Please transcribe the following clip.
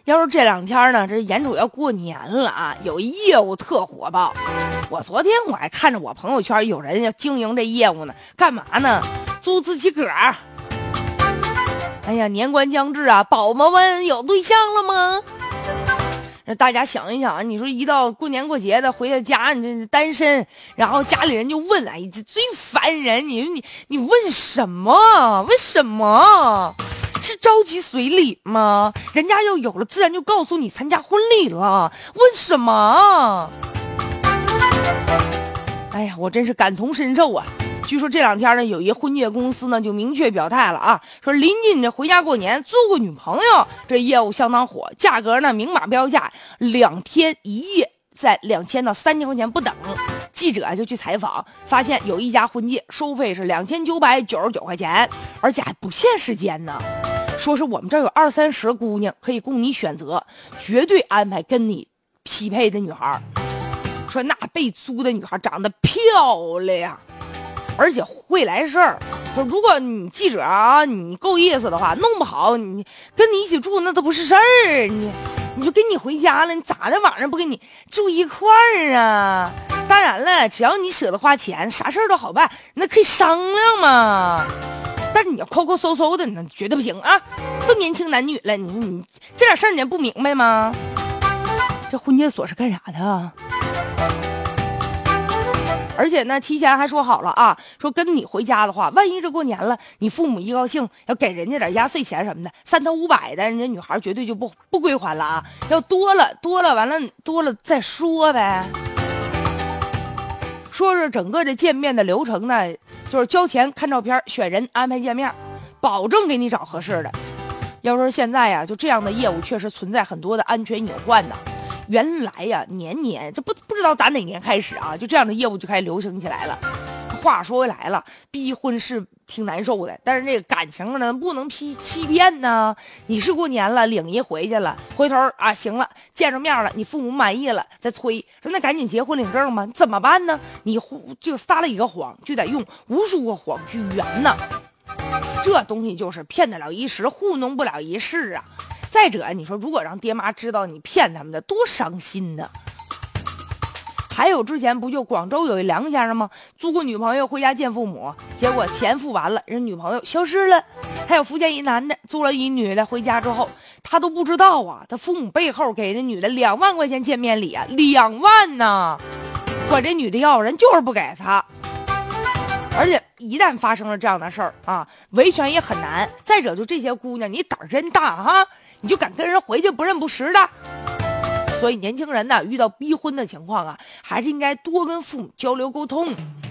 要是这两天呢，这眼瞅要过年了啊，有一业务特火爆。昨天我还看着我朋友圈有人要经营这业务呢，干嘛呢？租自己个儿。哎呀，年关将至啊，宝宝们有对象了吗？大家想一想，你说一到过年过节的回到家，你这单身，然后家里人就问，哎，这最烦人。你说你问什么？为什么？是着急随礼吗？人家要有了，自然就告诉你参加婚礼了。问什么？哎呀，我真是感同身受啊！据说这两天呢，有一婚介公司呢就明确表态了啊，说临近这回家过年租个女朋友，这业务相当火，价格呢明码标价，2天1夜在2000到3000块钱不等。记者就去采访，发现有一家婚介收费是2999块钱，而且还不限时间呢。说是我们这儿有20-30姑娘可以供你选择，绝对安排跟你匹配的女孩。说那被租的女孩长得漂亮，而且会来事儿。说如果你记者啊，你够意思的话，弄不好你跟你一起住那都不是事儿，你就跟你回家了，你咋的晚上不跟你住一块儿啊？当然了，只要你舍得花钱，啥事儿都好办，那可以商量嘛。但是你要抠抠搜搜的，那绝对不行啊！都年轻男女了，你说你这点事儿你还不明白吗？这婚介所是干啥的啊？而且呢，提前还说好了啊，说跟你回家的话，万一这过年了，你父母一高兴，要给人家点压岁钱什么的，3头500的，人家女孩绝对就不归还了啊！要多了，完了多了再说呗。说是整个这见面的流程呢，就是交钱、看照片、选人、安排见面，保证给你找合适的。要说现在呀，就这样的业务确实存在很多的安全隐患呢。原来呀，年这不知道打哪年开始啊，就这样的业务就开始流行起来了。话说回来了，逼婚是挺难受的，但是这个感情呢不能欺骗呢。你是过年了，领一回去了，回头啊行了，见着面了，你父母满意了，再催说那赶紧结婚领证吗？怎么办呢？你就撒了一个谎，就得用无数个谎去圆呢。这东西就是骗得了一时，糊弄不了一世啊。再者，你说如果让爹妈知道你骗他们的，多伤心呢。还有之前不就广州有一梁先生吗？租过女朋友回家见父母，结果钱付完了，人女朋友消失了。还有福建一男的租了一女的回家之后，他都不知道啊，他父母背后给人女的2万块钱见面礼啊，2万呢，管这女的要，人就是不给他。而且一旦发生了这样的事儿啊，维权也很难。再者，就这些姑娘，你胆儿真大哈，你就敢跟人回去不认不识的。所以年轻人呢，遇到逼婚的情况啊，还是应该多跟父母交流沟通。